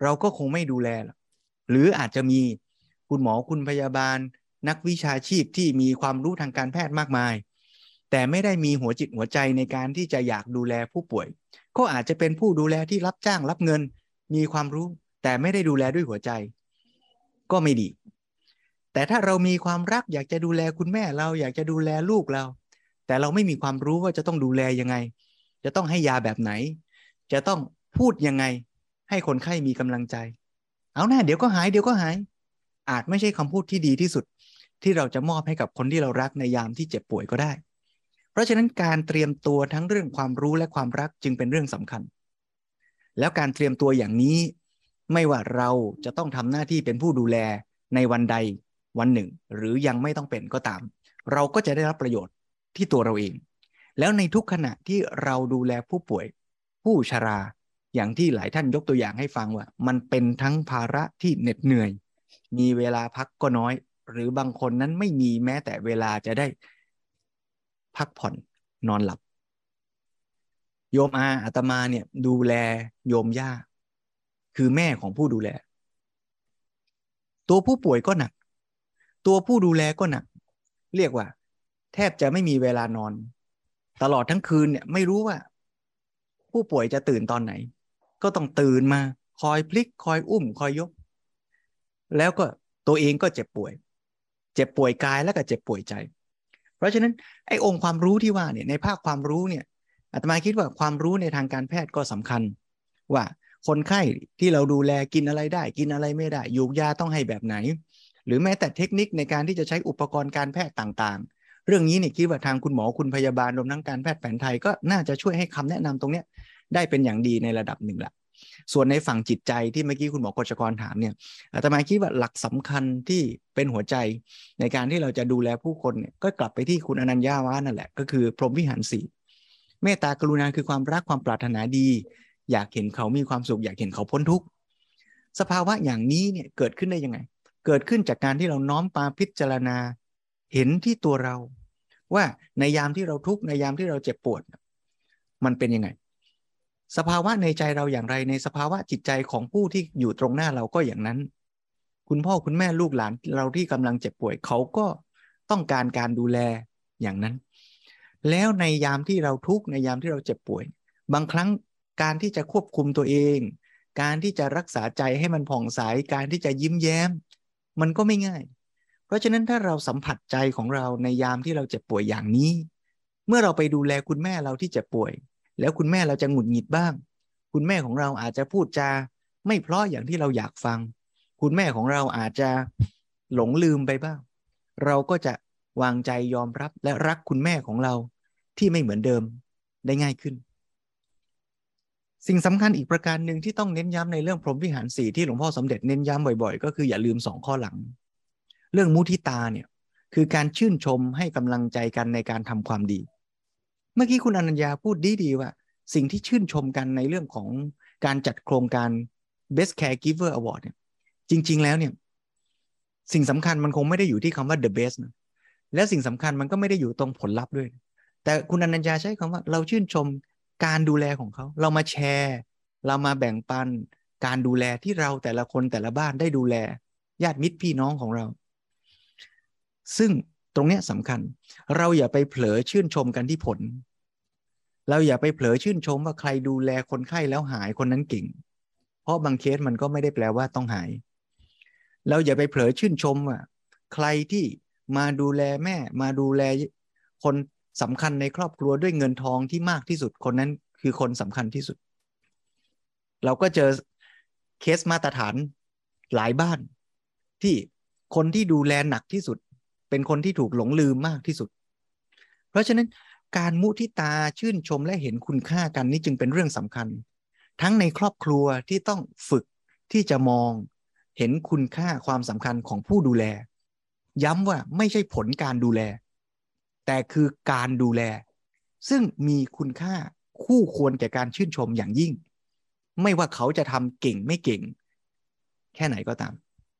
เราก็คงไม่ดูแลหรอกหรืออาจจะมีคุณหมอคุณพยาบาลนักวิชาชีพที่มีความรู้ทางการแพทย์มากมายแต่ไม่ได้มีหัวจิตหัวใจในการที่จะอยากดูแลผู้ป่วยก็อาจจะเป็นผู้ดูแลที่รับจ้างรับเงินมีความรู้แต่ไม่ได้ดูแลด้วยหัวใจก็ไม่ดีแต่ถ้าเรามีความรักอยากจะดูแลคุณแม่เราอยากจะดูแลลูกเราแต่เราไม่มีความรู้ว่าจะต้องดูแลยังไงจะต้องให้ยาแบบไหนจะต้องพูดยังไงให้คนไข้มีกำลังใจเอาหน้าเดี๋ยวก็หายเดี๋ยวก็หายอาจไม่ใช่คำพูดที่ดีที่สุดที่เราจะมอบให้กับคนที่เรารักในยามที่เจ็บป่วยก็ได้เพราะฉะนั้นการเตรียมตัวทั้งเรื่องความรู้และความรักจึงเป็นเรื่องสำคัญแล้วการเตรียมตัวอย่างนี้ไม่ว่าเราจะต้องทำหน้าที่เป็นผู้ดูแลในวันใดวันหนึ่งหรือยังไม่ต้องเป็นก็ตามเราก็จะได้รับประโยชน์ที่ตัวเราเองแล้วในทุกขณะที่เราดูแลผู้ป่วยผู้ชราอย่างที่หลายท่านยกตัวอย่างให้ฟังว่ามันเป็นทั้งภาระที่เหน็ดเหนื่อยมีเวลาพักก็น้อยหรือบางคนนั้นไม่มีแม้แต่เวลาจะได้พักผ่อนนอนหลับโยมอาตมาเนี่ยดูแลโยมย่าคือแม่ของผู้ดูแลตัวผู้ป่วยก็หนักตัวผู้ดูแลก็หนักเรียกว่าแทบจะไม่มีเวลานอนตลอดทั้งคืนเนี่ยไม่รู้ว่าผู้ป่วยจะตื่นตอนไหนก็ต้องตื่นมาคอยพลิกคอยอุ้มคอยยกแล้วก็ตัวเองก็เจ็บป่วยกายแล้วก็เจ็บป่วยใจเพราะฉะนั้นไอ้องค์ความรู้ที่ว่าเนี่ยในภาคความรู้เนี่ยอาตมาคิดว่าความรู้ในทางการแพทย์ก็สำคัญว่าคนไข้ที่เราดูแลกินอะไรได้กินอะไรไม่ได้ยูกยาต้องให้แบบไหนหรือแม้แต่เทคนิคในการที่จะใช้อุปกรณ์การแพทย์ต่างๆเรื่องนี้เนี่ยคิดว่าทางคุณหมอคุณพยาบาลรวมทั้งการแพทย์แผนไทยก็น่าจะช่วยให้คำแนะนำตรงนี้ได้เป็นอย่างดีในระดับหนึ่งละส่วนในฝั่งจิตใจที่เมื่อกี้คุณหมอกฤษกรถามเนี่ยอาตมาคิดว่าหลักสำคัญที่เป็นหัวใจในการที่เราจะดูแลผู้คนเนี่ยก็กลับไปที่คุณอนัญญาว่านั่นแหละก็คือพรหมวิหารสี่เมตตากรุณาคือความรักความปรารถนาดีอยากเห็นเขามีความสุขอยากเห็นเขาพ้นทุกข์สภาวะอย่างนี้เนี่ยเกิดขึ้นได้ยังไงเกิดขึ้นจากการที่เราน้อมมาพิจารณาเห็นที่ตัวเราว่าในยามที่เราทุกข์ในยามที่เราเจ็บปวดมันเป็นยังไงสภาวะในใจเราอย่างไรในสภาวะจิตใจของผู้ที่อยู่ตรงหน้าเราก็อย่างนั้นคุณพ่อคุณแม่ลูกหลานเราที่กำลังเจ็บป่วยเขาก็ต้องการการดูแลอย่างนั้นแล้วในยามที่เราทุกข์ในยามที่เราเจ็บป่วยบางครั้งการที่จะควบคุมตัวเองการที่จะรักษาใจให้มันผ่องใสการที่จะยิ้มแย้มมันก็ไม่ง่ายเพราะฉะนั้นถ้าเราสัมผัสใจของเราในยามที่เราเจ็บป่วยอย่างนี้เมื่อเราไปดูแลคุณแม่เราที่เจ็บป่วยแล้วคุณแม่เราจะหงุดหงิดบ้างคุณแม่ของเราอาจจะพูดจาไม่เพราะอย่างที่เราอยากฟังคุณแม่ของเราอาจจะหลงลืมไปบ้างเราก็จะวางใจยอมรับและรักคุณแม่ของเราที่ไม่เหมือนเดิมได้ง่ายขึ้นสิ่งสำคัญอีกประการหนึ่งที่ต้องเน้นย้ำในเรื่องพรหมวิหารสี่ที่หลวงพ่อสมเด็จเน้นย้ำบ่อยๆก็คืออย่าลืม2ข้อหลังเรื่องมุทิตาเนี่ยคือการชื่นชมให้กำลังใจกันในการทำความดีเมื่อกี้คุณอนัญญาพูดดีๆว่าสิ่งที่ชื่นชมกันในเรื่องของการจัดโครงการ Best Caregiver Award เนี่ยจริงๆแล้วเนี่ยสิ่งสำคัญมันคงไม่ได้อยู่ที่คำว่า the best นะและสิ่งสำคัญมันก็ไม่ได้อยู่ตรงผลลัพธ์ด้วยแต่คุณอนัญญาใช้คำว่าเราชื่นชมการดูแลของเขาเรามาแชร์เรามาแบ่งปันการดูแลที่เราแต่ละคนแต่ละบ้านได้ดูแลญาติมิตรพี่น้องของเราซึ่งตรงนี้สำคัญเราอย่าไปเผลอชื่นชมกันที่ผลเราอย่าไปเผลอชื่นชมว่าใครดูแลคนไข้แล้วหายคนนั้นเก่งเพราะบางเคสมันก็ไม่ได้แปลว่าต้องหายเราอย่าไปเผลอชื่นชมว่าใครที่มาดูแลแม่มาดูแลคนสำคัญในครอบครัวด้วยเงินทองที่มากที่สุดคนนั้นคือคนสำคัญที่สุดเราก็เจอเคสมาตรฐานหลายบ้านที่คนที่ดูแลหนักที่สุดเป็นคนที่ถูกหลงลืมมากที่สุดเพราะฉะนั้นการมุทิตาชื่นชมและเห็นคุณค่ากันนี่จึงเป็นเรื่องสำคัญทั้งในครอบครัวที่ต้องฝึกที่จะมองเห็นคุณค่าความสำคัญของผู้ดูแลย้ำว่าไม่ใช่ผลการดูแลแต่คือการดูแลซึ่งมีคุณค่าคู่ควรแก่การชื่นชมอย่างยิ่งไม่ว่าเขาจะทำเก่งไม่เก่งแค่ไหนก็ตาม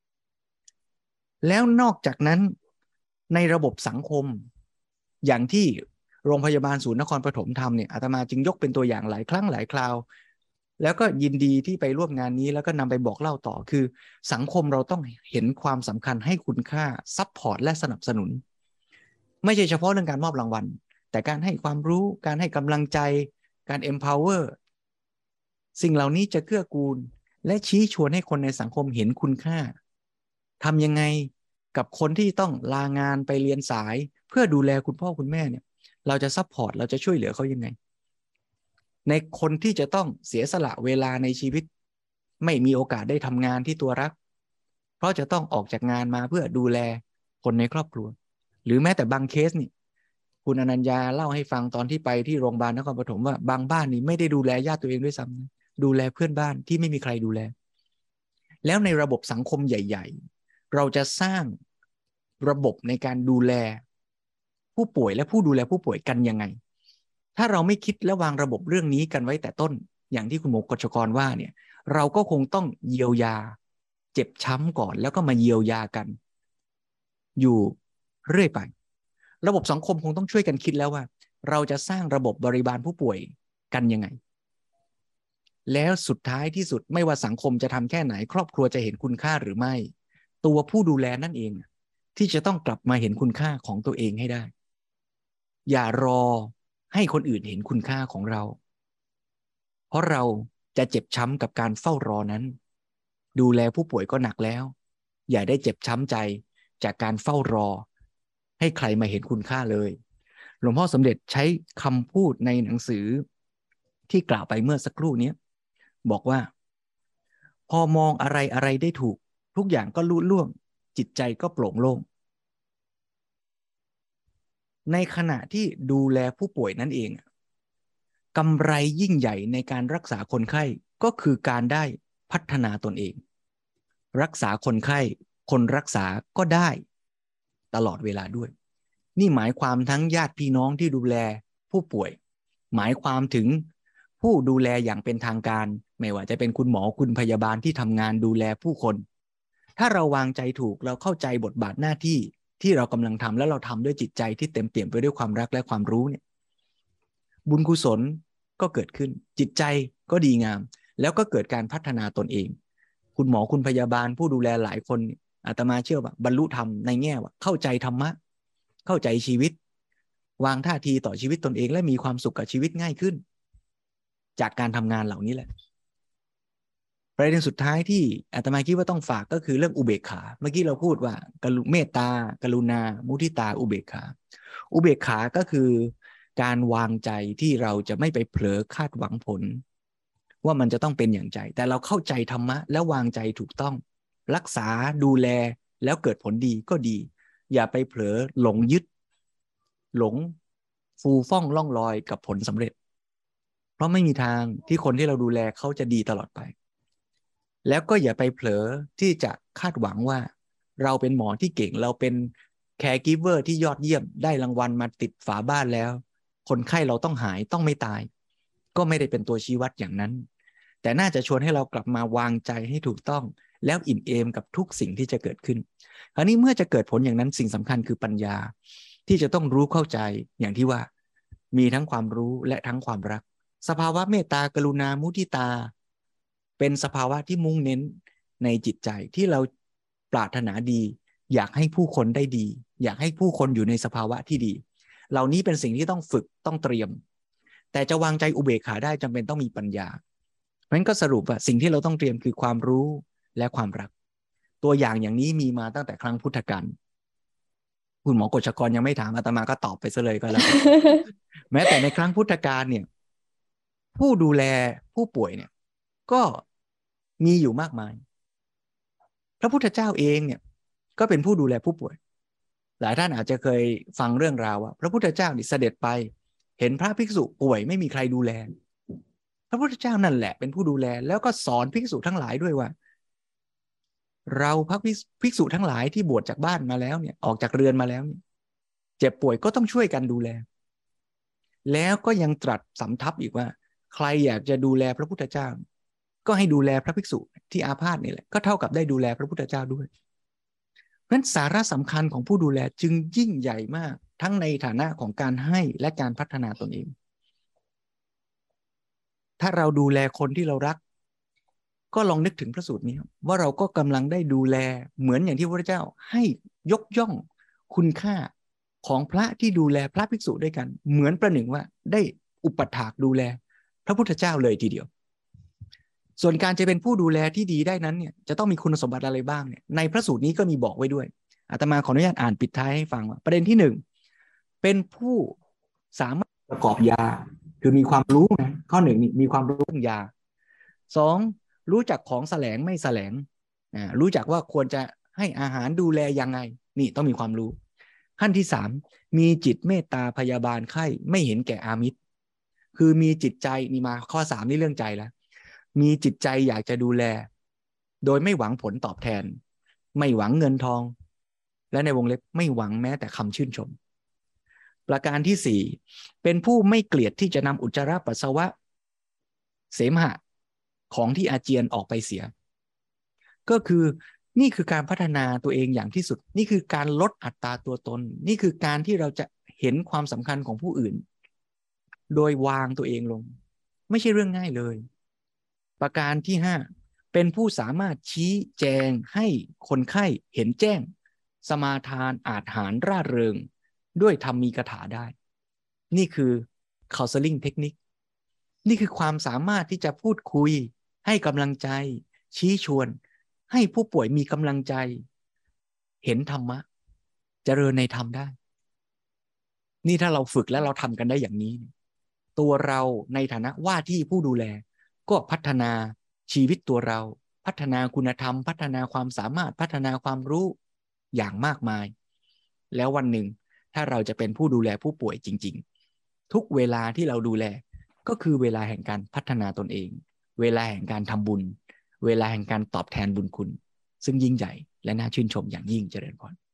แล้วนอกจากนั้นในระบบสังคมอย่างที่โรงพยาบาลศูนย์นครปฐมทำเนี่ยอาตมาจึงยกเป็นตัวอย่างหลายครั้งหลายคราวแล้วก็ยินดีที่ไปร่วมงานนี้แล้วก็นำไปบอกเล่าต่อคือสังคมเราต้องเห็นความสำคัญให้คุณค่าซัพพอร์ตและสนับสนุนไม่ใช่เฉพาะเรื่องการมอบรางวัลแต่การให้ความรู้การให้กำลังใจการ empower สิ่งเหล่านี้จะเกื้อกูลและชี้ชวนให้คนในสังคมเห็นคุณค่าทำยังไงกับคนที่ต้องลางานไปเรียนสายเพื่อดูแลคุณพ่อคุณแม่เนี่ยเราจะซัพพอร์ตเราจะช่วยเหลือเขายังไงในคนที่จะต้องเสียสละเวลาในชีวิตไม่มีโอกาสได้ทำงานที่ตัวรักเพราะจะต้องออกจากงานมาเพื่อดูแลคนในครอบครัวหรือแม้แต่บางเคสนี่คุณอนัญญาเล่าให้ฟังตอนที่ไปที่โรงพยาบาลนครปฐมว่าบางบ้านนี่ไม่ได้ดูแลญาติตัวเองด้วยซ้ำดูแลเพื่อนบ้านที่ไม่มีใครดูแลแล้วในระบบสังคมใหญ่ๆเราจะสร้างระบบในการดูแลผู้ป่วยและผู้ดูแลผู้ป่วยกันยังไงถ้าเราไม่คิดและวางระบบเรื่องนี้กันไว้แต่ต้นอย่างที่คุณหมอกฤษกรว่าเนี่ยเราก็คงต้องเยียวยาเจ็บช้ำก่อนแล้วก็มาเยียวยากันอยู่เรื่อยไประบบสังคมคงต้องช่วยกันคิดแล้วว่าเราจะสร้างระบบบริบาลผู้ป่วยกันยังไงแล้วสุดท้ายที่สุดไม่ว่าสังคมจะทำแค่ไหนครอบครัวจะเห็นคุณค่าหรือไม่ตัวผู้ดูแลนั่นเองที่จะต้องกลับมาเห็นคุณค่าของตัวเองให้ได้อย่ารอให้คนอื่นเห็นคุณค่าของเราเพราะเราจะเจ็บช้ำกับการเฝ้ารอนั้นดูแลผู้ป่วยก็หนักแล้วอย่าได้เจ็บช้ำใจจากการเฝ้ารอให้ใครมาเห็นคุณค่าเลยหลวงพ่อสมเด็จใช้คำพูดในหนังสือที่กล่าวไปเมื่อสักครู่นี้บอกว่าพอมองอะไรอะไรได้ถูกทุกอย่างก็ลุล่วงจิตใจก็โปร่งโล่งในขณะที่ดูแลผู้ป่วยนั่นเองกำไรยิ่งใหญ่ในการรักษาคนไข้ก็คือการได้พัฒนาตนเองรักษาคนไข้คนรักษาก็ได้ตลอดเวลาด้วยนี่หมายความทั้งญาติพี่น้องที่ดูแลผู้ป่วยหมายความถึงผู้ดูแลอย่างเป็นทางการไม่ว่าจะเป็นคุณหมอคุณพยาบาลที่ทำงานดูแลผู้คนถ้าเราวางใจถูกเราเข้าใจบทบาทหน้าที่ที่เรากำลังทำแล้วเราทำด้วยจิตใจที่เต็มเปี่ยมไปด้วยความรักและความรู้เนี่ยบุญกุศลก็เกิดขึ้นจิตใจก็ดีงามแล้วก็เกิดการพัฒนาตนเองคุณหมอคุณพยาบาลผู้ดูแลหลายคนอาตมาเชื่อว่าบรรลุธรรมในแง่ว่าเข้าใจธรรมะเข้าใจชีวิตวางท่าทีต่อชีวิตตนเองและมีความสุขกับชีวิตง่ายขึ้นจากการทำงานเหล่านี้แหละประเด็นสุดท้ายที่อาตมาคิดว่าต้องฝากก็คือเรื่องอุเบกขาเมื่อกี้เราพูดว่าเมตตากรุณามุทิตาอุเบกขาอุเบกขาก็คือการวางใจที่เราจะไม่ไปเผลอคาดหวังผลว่ามันจะต้องเป็นอย่างใจแต่เราเข้าใจธรรมะแล้ววางใจถูกต้องรักษาดูแลแล้วเกิดผลดีก็ดีอย่าไปเผลอหลงยึดหลงฟูฟ่องล่องลอยกับผลสำเร็จเพราะไม่มีทางที่คนที่เราดูแลเขาจะดีตลอดไปแล้วก็อย่าไปเผลอที่จะคาดหวังว่าเราเป็นหมอที่เก่งเราเป็นแคร์กิฟเวอร์ที่ยอดเยี่ยมได้รางวัลมาติดฝาบ้านแล้วคนไข้เราต้องหายต้องไม่ตายก็ไม่ได้เป็นตัวชี้วัดอย่างนั้นแต่น่าจะชวนให้เรากลับมาวางใจให้ถูกต้องแล้วอิ่มเอมกับทุกสิ่งที่จะเกิดขึ้นคราวนี้เมื่อจะเกิดผลอย่างนั้นสิ่งสำคัญคือปัญญาที่จะต้องรู้เข้าใจอย่างที่ว่ามีทั้งความรู้และทั้งความรักสภาวะเมตตากรุณามุทิตาเป็นสภาวะที่มุ่งเน้นในจิตใจที่เราปรารถนาดีอยากให้ผู้คนได้ดีอยากให้ผู้คนอยู่ในสภาวะที่ดีเหล่านี้เป็นสิ่งที่ต้องฝึกต้องเตรียมแต่จะวางใจอุเบกขาได้จำเป็นต้องมีปัญญาเพราะฉะนั้นก็สรุปว่าสิ่งที่เราต้องเตรียมคือความรู้และความรักตัวอย่างนี้มีมาตั้งแต่ครั้งพุทธกาลคุณหมอกฤษกรยังไม่ถามอาตมาก็ตอบไปซะเลยก็แล้ว แม้แต่ในครั้งพุทธกาลเนี่ยผู้ดูแลผู้ป่วยเนี่ยก็มีอยู่มากมายพระพุทธเจ้าเองเนี่ยก็เป็นผู้ดูแลผู้ป่วยหลายท่านอาจจะเคยฟังเรื่องราวว่าพระพุทธเจ้านี่เสด็จไปเห็นพระภิกษุป่วยไม่มีใครดูแลพระพุทธเจ้านั่นแหละเป็นผู้ดูแลแล้วก็สอนภิกษุทั้งหลายด้วยว่าเราพระภิกษุทั้งหลายที่บวชจากบ้านมาแล้วเนี่ยออกจากเรือนมาแล้วเนี่ยเจ็บป่วยก็ต้องช่วยกันดูแลแล้วก็ยังตรัสสำทับอีกว่าใครอยากจะดูแลพระพุทธเจ้าก็ให้ดูแลพระภิกษุที่อาพาธนี่แหละก็เท่ากับได้ดูแลพระพุทธเจ้าด้วยเพราะฉะนั้นสาระสำคัญของผู้ดูแลจึงยิ่งใหญ่มากทั้งในฐานะของการให้และการพัฒนาตนเองถ้าเราดูแลคนที่เรารักก็ลองนึกถึงพระสูตรนี้ว่าเราก็กำลังได้ดูแลเหมือนอย่างที่พระเจ้าให้ยกย่องคุณค่าของพระที่ดูแลพระภิกษุด้วยกันเหมือนประหนึ่งว่าได้อุปถากดูแลพระพุทธเจ้าเลยทีเดียวส่วนการจะเป็นผู้ดูแลที่ดีได้นั้นเนี่ยจะต้องมีคุณสมบัติอะไรบ้างเนี่ยในพระสูตรนี้ก็มีบอกไว้ด้วยอาตมาขออนุญาตอ่านปิดท้ายให้ฟังว่าประเด็นที่ 1เป็นผู้สามารถประกอบยาคือมีความรู้นะข้อ 1นี่มีความรู้เรื่องยา 2รู้จักของแสลงไม่แสลงรู้จักว่าควรจะให้อาหารดูแลยังไงนี่ต้องมีความรู้ขั้นที่ 3มีจิตเมตตาพยาบาลไข้ไม่เห็นแก่อามิตรคือมีจิตใจนี่มาข้อ 3นี่เรื่องใจแล้วมีจิตใจอยากจะดูแลโดยไม่หวังผลตอบแทนไม่หวังเงินทองและในวงเล็บไม่หวังแม้แต่คำชื่นชมประการที่ 4เป็นผู้ไม่เกลียดที่จะนำอุจจาระปัสสาวะเสมหะของที่อาเจียนออกไปเสียก็คือนี่คือการพัฒนาตัวเองอย่างที่สุดนี่คือการลดอัตราตัวตนนี่คือการที่เราจะเห็นความสำคัญของผู้อื่นโดยวางตัวเองลงไม่ใช่เรื่องง่ายเลยประการที่ 5เป็นผู้สามารถชี้แจงให้คนไข้เห็นแจ้งสมาทานอาจหารร่าเริงด้วยธรรมีกถาได้นี่คือ counseling technique นี่คือความสามารถที่จะพูดคุยให้กำลังใจชี้ชวนให้ผู้ป่วยมีกำลังใจเห็นธรรมะเจริญในธรรมได้นี่ถ้าเราฝึกและเราทำกันได้อย่างนี้ตัวเราในฐานะว่าที่ผู้ดูแลก็พัฒนาชีวิตตัวเราพัฒนาคุณธรรมพัฒนาความสามารถพัฒนาความรู้อย่างมากมายแล้ววันหนึ่งถ้าเราจะเป็นผู้ดูแลผู้ป่วยจริงๆทุกเวลาที่เราดูแลก็คือเวลาแห่งการพัฒนาตนเองเวลาแห่งการทำบุญเวลาแห่งการตอบแทนบุญคุณซึ่งยิ่งใหญ่และน่าชื่นชมอย่างยิ่งเจริญพร